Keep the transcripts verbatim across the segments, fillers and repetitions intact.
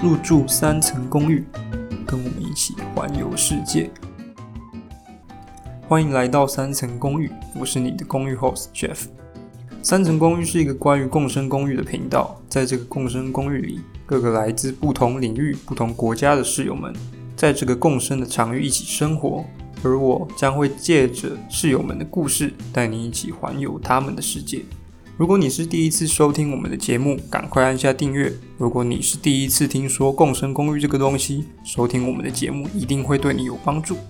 入住三层公寓，跟我们一起环游世界。欢迎来到三层公寓，我是你的公寓 host Jeff。三层公寓是一个关于共生公寓的频道，在这个共生公寓里，各个来自不同领域、不同国家的室友们，在这个共生的场域一起生活，而我将会借着室友们的故事，带你一起环游他们的世界。如果你是第一次收听我们的节目，赶快按下订阅。如果你是第一次听说共生公寓这个东西，收听我们的节目一定会对你有帮助。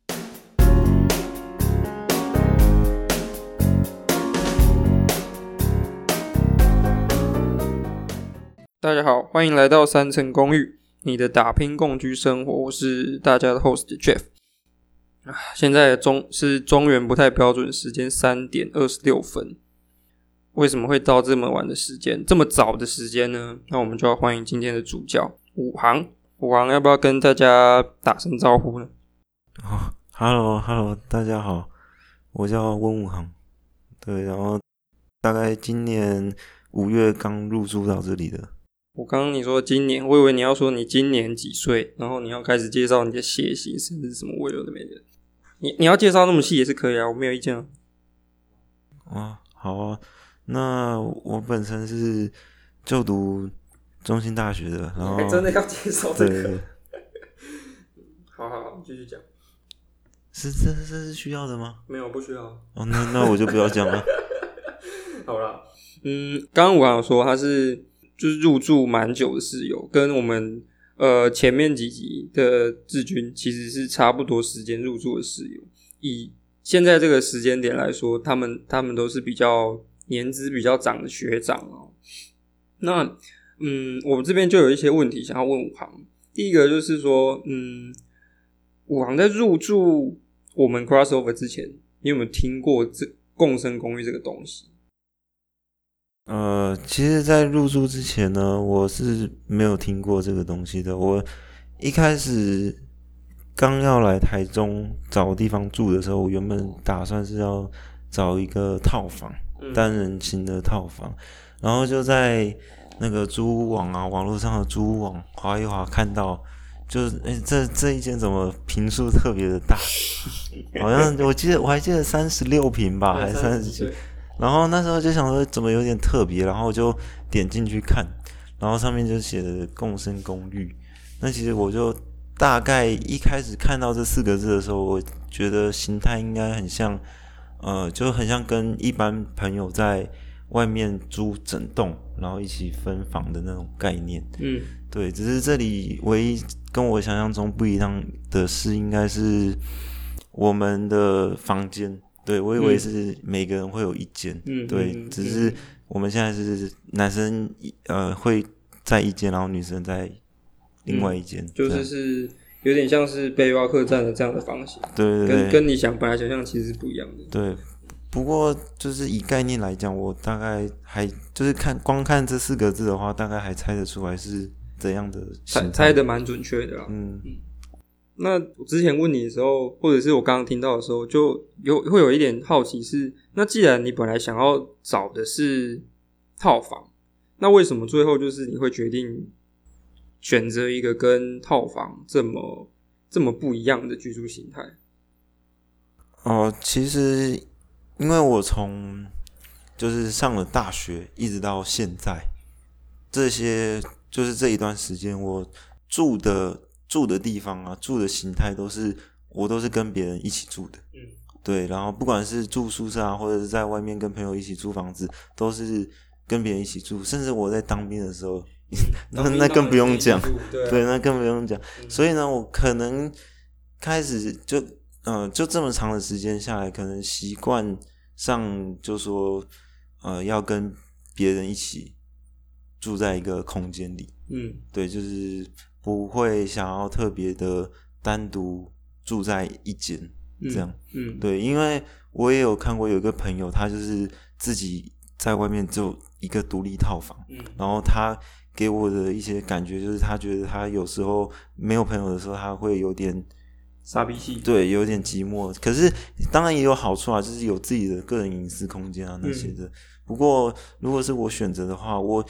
大家好，欢迎来到三层公寓，你的打拼共居生活，我是大家的 host Jeff。现在中是中原不太标准时间三点二十六分。为什么会到这么晚的时间，这么早的时间呢？那我们就要欢迎今天的主角武航。武航要不要跟大家打声招呼呢？ 哦 ，Hello Hello， 大家好，我叫温武航。对，然后大概今年五月刚入住到这里的。 我刚刚你说今年，我以为你要说你今年几岁，然后你要开始介绍你的血型甚至什么我有的没的。你你要介绍那么细也是可以啊，我没有意见啊。 哦，好啊。那我本身是就读中兴大学的，然后还真的要介绍这个？ 对好好好，继续讲。 是这这是需要的吗？ 没有，不需要。 哦，那那我就不要讲了。 好啦，嗯，刚刚我有说他是就是入住蛮久的室友，跟我们呃前面几集的志军其实是差不多时间入住的室友。以现在这个时间点来说，他们他们都是比较年资比较长的学长哦。那嗯，我们这边就有一些问题想要问武航。第一个就是说，嗯，武航在入住我们 crossover 之前，你有没有听过这共生公寓这个东西？ 呃，其实在入住之前呢，我是没有听过这个东西的。我一开始刚要来台中找地方住的时候，我原本打算是要找一个套房，嗯、单人型的套房，然后就在那个租屋网啊，网络上的租屋网滑一滑，看到就是诶、欸、这这一间怎么坪数特别的大，好像我记得我还记得三十六坪吧，还是三十几。然后那时候就想说怎么有点特别，然后就点进去看，然后上面就写的共生公寓。那其实我就大概一开始看到这四个字的时候，我觉得形态应该很像，呃，就很像跟一般朋友在外面租整栋，然后一起分房的那种概念。嗯，对，只是这里唯一跟我想象中不一样的是，应该是我们的房间。对，我以为是每个人会有一间，嗯，对，嗯、只是我们现在是男生呃会在一间，然后女生在另外一间、嗯， 就是是有点像是背包客栈的这样的方式， 对对对， 跟跟你想本来想象其实是不一样的。 对，不过就是以概念来讲，我大概还就是看光看这四个字的话，大概还猜得出来是怎样的形态， 猜得蛮准确的啦。嗯。嗯，那我之前问你的时候，或者是我刚刚听到的时候，就有会有一点好奇是，那既然你本来想要找的是套房，那为什么最后就是你会决定选择一个跟套房这么这么不一样的居住形态？ 哦，其实因为我从就是上了大学一直到现在，这些就是这一段时间我住的。住的地方啊，住的形态都是我都是跟别人一起住的，嗯，对，然后不管是住宿舍啊，或者是在外面跟朋友一起租房子，都是跟别人一起住，甚至我在当兵的时候，那那更不用讲，对, 啊、对，那更不用讲、嗯。所以呢，我可能开始就嗯、呃，就这么长的时间下来，可能习惯上就说呃要跟别人一起住在一个空间里，嗯，对，就是。不会想要特别的单独住在一间这样，嗯，嗯对，因为我也有看过有一个朋友，他就是自己在外面就一个独立套房，嗯，然后他给我的一些感觉就是他觉得他有时候没有朋友的时候，他会有点傻逼气， 对，有点寂寞。可是当然也有好处啊，就是有自己的个人隐私空间啊那些的。嗯、不过如果是我选择的话，我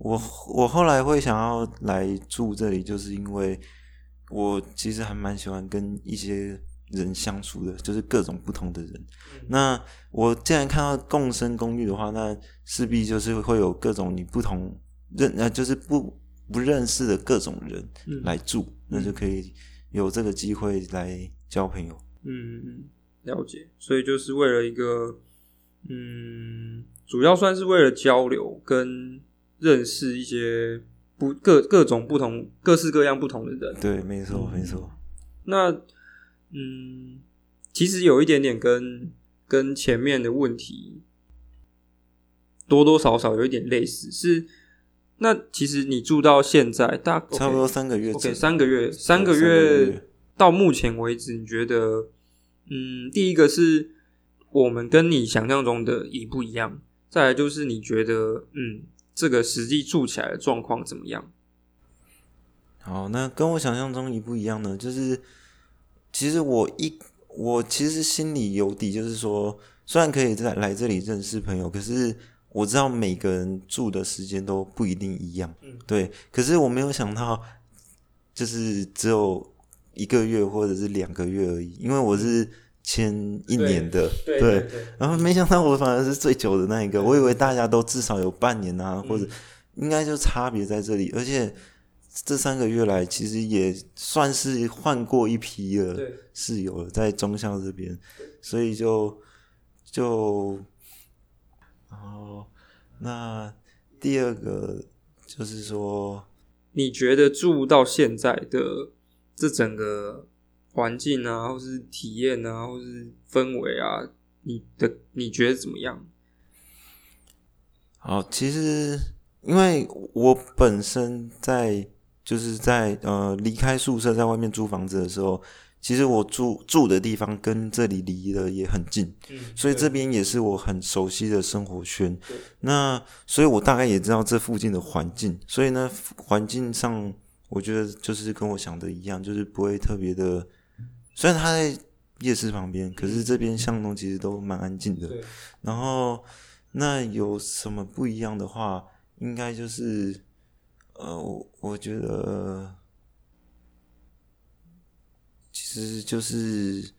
我我后来会想要来住这里，就是因为我其实还蛮喜欢跟一些人相处的，就是各种不同的人。嗯、那我既然看到共生公寓的话，那势必就是会有各种你不同认呃，就是不不认识的各种人来住，嗯、那就可以有这个机会来交朋友。 嗯，了解。所以就是为了一个，嗯，主要算是为了交流跟认识一些不各各种不同、各式各样不同的人。 对，没错，嗯、没错。 那，嗯，其实有一点点跟跟前面的问题多多少少有一点类似，是那其实你住到现在大概差不多三个月 ，OK， 三个月，三个月到目前为止，你觉得，嗯，第一个是我们跟你想象中的一不一样，再来就是你觉得，嗯，这个实际住起来的状况怎么样？ 好，那跟我想象中一不一样呢？就是其实我一我其实心里有底，就是说，虽然可以在来这里认识朋友，可是我知道每个人住的时间都不一定一样，嗯、对。可是我没有想到，就是只有一个月或者是两个月而已，因为我是签一年的， 对， 对， 对对对， 然后没想到我反而是最久的那一个，我以为大家都至少有半年啊，嗯、或者应该就差别在这里，而且这三个月来其实也算是换过一批了室友了，在中校这边，所以就就然后那第二个就是说， 你觉得住到现在的这整个环境啊，或是体验啊，或是氛围啊，你的你觉得怎么样？ 好，其实因为我本身在就是在呃离开宿舍在外面租房子的时候，其实我住住的地方跟这里离得也很近，嗯、所以这边也是我很熟悉的生活圈。那所以我大概也知道这附近的环境，所以呢环境上我觉得就是跟我想的一样，就是不会特别的。虽然它在夜市旁边，可是这边巷弄其实都蛮安静的。然后那有什么不一样的话，应该就是呃，我我觉得其实就是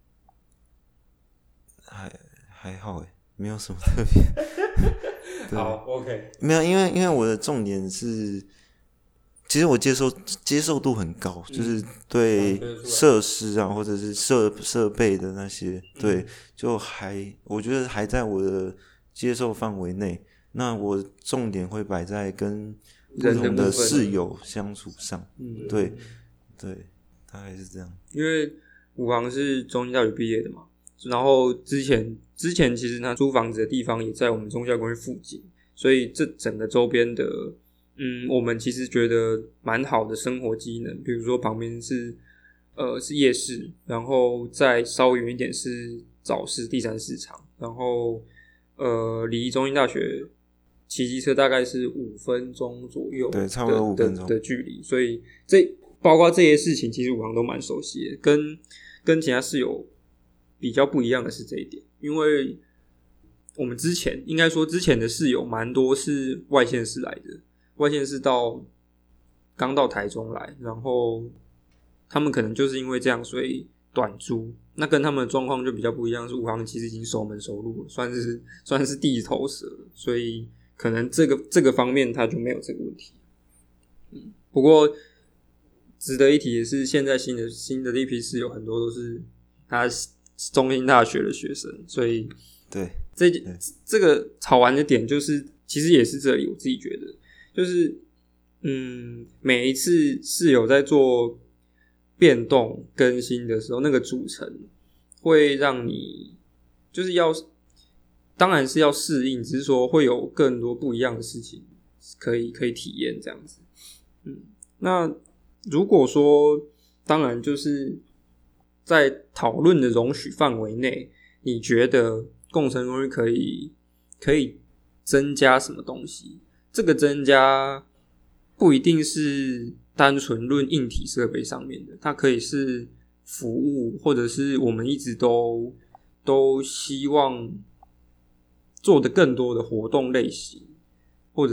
还还好诶，没有什么特别。 好 ，OK， 没有，因为因为我的重点是。其实我接受接受度很高，嗯、就是对设施啊，或者是设设备的那些，嗯、对，就还我觉得还在我的接受范围内。那我重点会摆在跟不同的室友相处上，嗯、对对，大概是这样。 因为武行是中兴大学毕业的嘛，然后之前之前其实他租房子的地方也在我们中校公寓附近，所以这整个周边的。嗯，我们其实觉得蛮好的生活机能，比如说旁边是呃是夜市，然后再稍远一点是早市第三市场，然后呃离中兴大学骑机车大概是五分钟左右的， 对，差不多五分钟的, 的距离，所以这包括这些事情，其实武行都蛮熟悉的，跟跟其他室友比较不一样的是这一点，因为我们之前应该说之前的室友蛮多是外县市来的。外县市到刚到台中来，然后他们可能就是因为这样，所以短租。那跟他们的状况就比较不一样，是武行其实已经熟门熟路了，算是算是地头蛇了，所以可能这个这个方面他就没有这个问题。嗯，不过值得一提的是，现在新的新的一批室友很多都是他中兴大学的学生，所以对这这个好玩的点就是，其实也是这里我自己觉得。就是，嗯，每一次室友在做变动更新的时候，那个组成会让你就是要，当然是要适应，只是说会有更多不一样的事情可以可以体验这样子。嗯，那如果说，当然就是在讨论的容许范围内，你觉得共生公寓可以可以增加什么东西？这个增加不一定是单纯论硬体设备上面的，它可以是服务，或者是我们一直都都希望做的更多的活动类型，或者是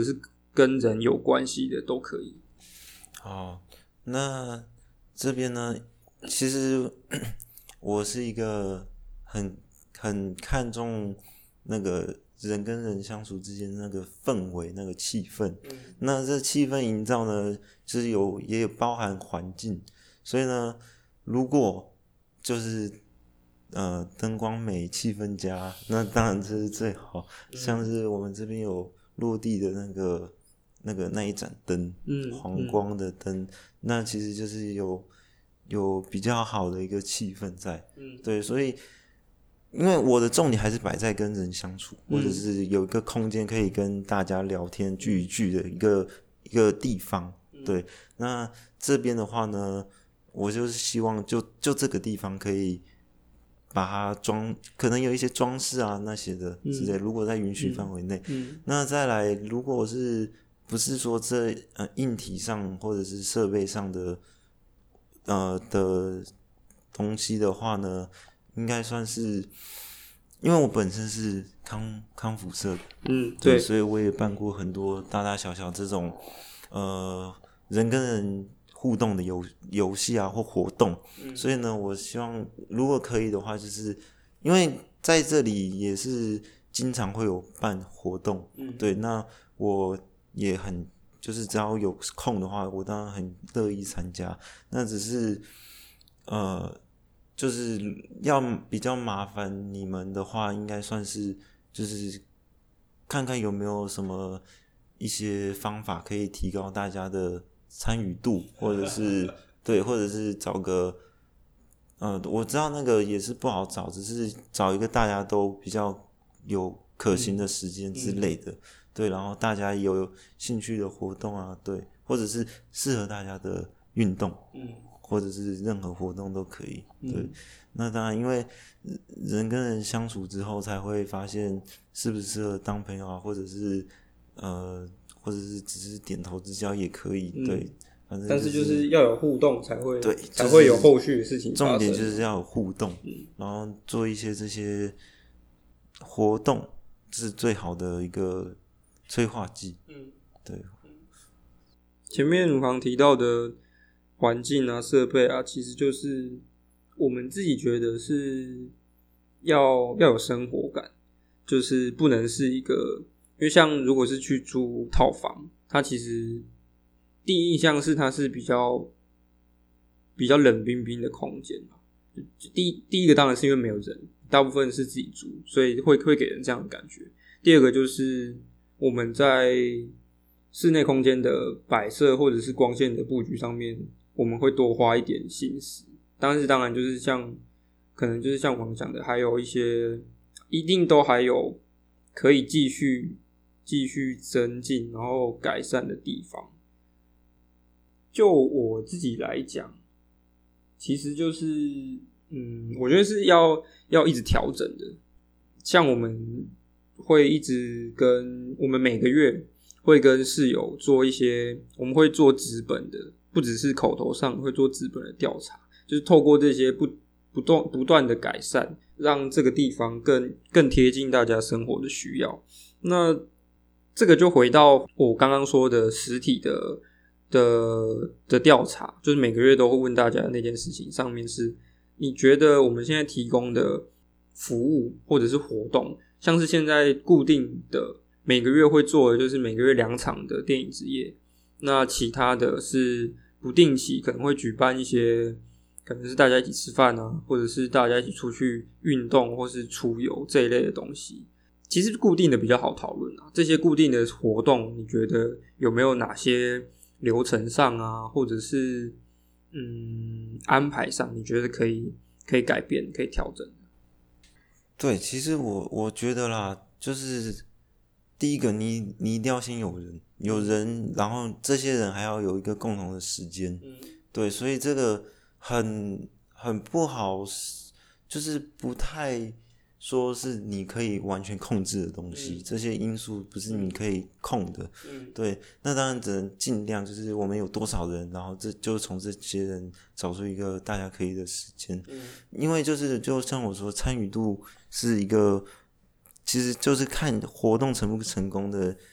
跟人有关系的都可以。 好，那这边呢，其实我是一个很很看重那个人跟人相处之间那个氛围、那个气氛。嗯、那这气氛营造呢，就是有也有包含环境，所以呢，如果就是呃灯光美、气氛佳，那当然这是最好。嗯、像是我们这边有落地的那个那个那一盏灯，嗯，黄光的灯，嗯、那其实就是有有比较好的一个气氛在。嗯，对，所以。因为我的重点还是摆在跟人相处，嗯、或者是有一个空间可以跟大家聊天聚一聚的一个一个地方。对，那这边的话呢，我就是希望就就这个地方可以把它装，可能有一些装饰啊那些的之类，嗯、如果在允许范围内，嗯嗯、那再来，如果是不是说这呃硬体上或者是设备上的呃的东西的话呢？应该算是，因为我本身是康康复社的，嗯，对，所以我也办过很多大大小小这种呃人跟人互动的游游戏啊或活动，嗯、所以呢，我希望如果可以的话，就是因为在这里也是经常会有办活动，嗯，对，那我也很就是只要有空的话，我当然很乐意参加，那只是呃。就是要比较麻烦你们的话，应该算是就是看看有没有什么一些方法可以提高大家的参与度，或者是对，或者是找个呃，我知道那个也是不好找，只是找一个大家都比较有可行的时间之类的，嗯、对，然后大家有兴趣的活动啊，对，或者是适合大家的运动，嗯。或者是任何活动都可以，对。嗯、那当然，因为人跟人相处之后，才会发现适不适合当朋友啊，或者是呃，或者是只是点头之交也可以，嗯、对。反正、就是， 但是就是要有互动才会， 对， 才会有后续的事情发生。 重点就是要有互动，嗯、然后做一些这些活动是最好的一个催化剂。嗯，对。 前面鲁航提到的。环境啊，设备啊，其实就是我们自己觉得是要要有生活感，就是不能是一个，因为像如果是去租套房，它其实第一印象是它是比较比较冷冰冰的空间嘛。第一第一个当然是因为没有人，大部分是自己租，所以会会给人这样的感觉。第二个就是我们在室内空间的摆设或者是光线的布局上面。我们会多花一点心思，但是当然就是像，可能就是像我们讲的，还有一些一定都还有可以继续继续增进，然后改善的地方。就我自己来讲，其实就是，嗯，我觉得是要要一直调整的。像我们会一直跟我们每个月会跟室友做一些，我们会做纸本的。不只是口头上会做资本的调查，就是透过这些不不断不断的改善，让这个地方更更贴近大家生活的需要。那这个就回到我刚刚说的实体的的的调查，就是每个月都会问大家的那件事情上面是，你觉得我们现在提供的服务或者是活动，像是现在固定的每个月会做的就是每个月两场的电影之夜。那其他的是不定期可能会举办一些，可能是大家一起吃饭啊，或者是大家一起出去运动或是出游这一类的东西。其实固定的比较好讨论啊，这些固定的活动你觉得有没有哪些流程上啊，或者是嗯安排上你觉得可以可以改变可以调整？ 对，其实我我觉得啦，就是第一个你你一定要先有人有人，然后这些人还要有一个共同的时间，嗯、对，所以这个很很不好，就是不太说是你可以完全控制的东西，嗯、这些因素不是你可以控的，嗯、对，那当然只能尽量就是我们有多少人，然后这就从这些人找出一个大家可以的时间，嗯、因为就是就像我说，参与度是一个，其实就是看活动成不成功的。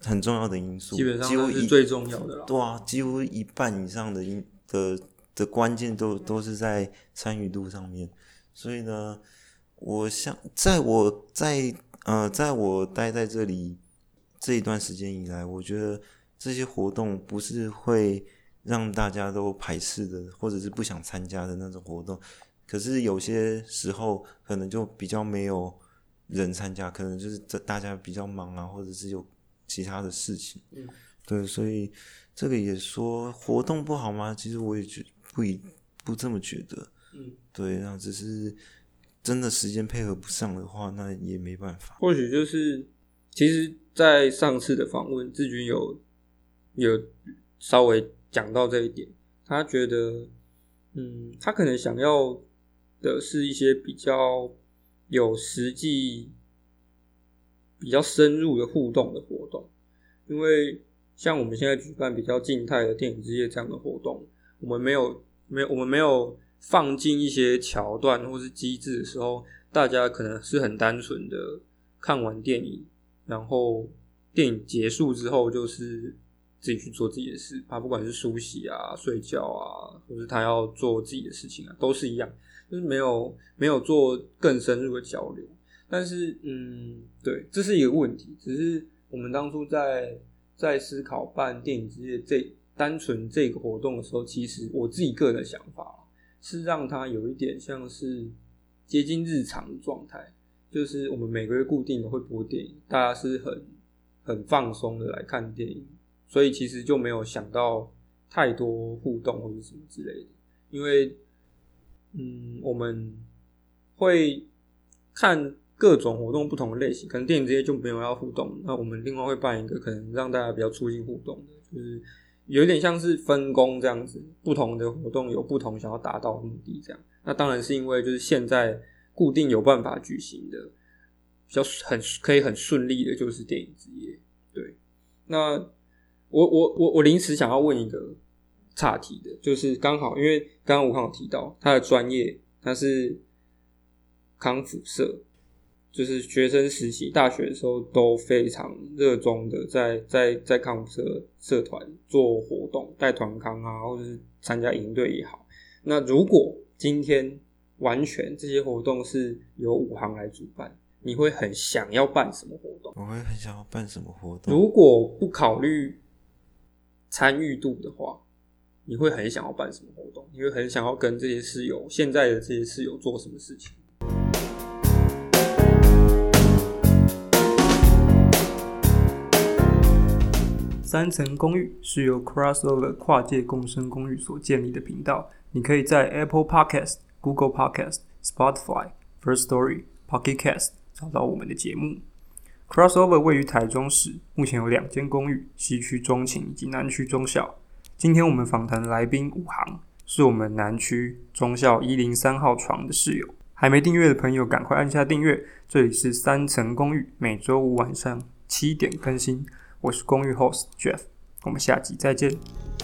很重要的因素， 基本上都是最重要的啦。 对啊，几乎一半以上的因的的关键都都是在参与度上面。所以呢，我想在我在呃在我待在这里这一段时间以来，我觉得这些活动不是会让大家都排斥的，或者是不想参加的那种活动。可是有些时候可能就比较没有人参加，可能就是大家比较忙啊，或者是有其他的事情。 嗯， 对，所以这个也说活动不好吗？其实我也觉不以不这么觉得。 嗯， 对，那只是真的时间配合不上的话，那也没办法。 或许就是其实在上次的访问，志军有有稍微讲到这一点，他觉得嗯，他可能想要的是一些比较有实际比较深入的互动的活动。因为像我们现在举办比较静态的电影之夜这样的活动，我们没有没有我们没有放进一些桥段或是机制的时候，大家可能是很单纯的看完电影，然后电影结束之后就是自己去做自己的事，他不管是梳洗啊、睡觉啊，或是他要做自己的事情啊，都是一样，就是没有没有做更深入的交流。但是嗯，对，这是一个问题，只是我们当初在在思考办电影之夜这单纯这个活动的时候，其实我自己个人的想法是让它有一点像是接近日常的状态，就是我们每个月固定的会播电影，大家是很很放松的来看电影，所以其实就没有想到太多互动或者什么之类的。因为嗯，我们会看各种活动不同的类型，可能电影之夜就没有要互动，那我们另外会办一个可能让大家比较促进互动的，就是有点像是分工这样子，不同的活动有不同想要达到的目的这样。那当然是因为就是现在固定有办法举行的比较很可以很顺利的就是电影之夜。对，那我我我我临时想要问一个岔题的，就是刚好因为刚刚吴康有提到他的专业他是康复社，就是学生时期大学的时候都非常热衷的在在在康复社社团做活动，带团康啊，或者是参加营队也好。那如果今天完全这些活动是由武行来主办，你会很想要办什么活动？ 我会很想要办什么活动？ 如果不考虑参与度的话，你会很想要办什么活动？你会很想要跟这些室友，现在的这些室友做什么事情？三层公寓是由 Crossover 跨界共生公寓所建立的频道，你可以在 Apple Podcast、Google Podcast、Spotify、First Story、Pocket Cast 找到我们的节目。Crossover 位于台中市，目前有两间公寓，西区中情以及南区中校。今天我们访谈的来宾武行，是我们南区中校一零三号床的室友。还没订阅的朋友赶快按下订阅，这里是三层公寓，每周五晚上七点更新。我是公寓 host Jeff， 我们下集再见。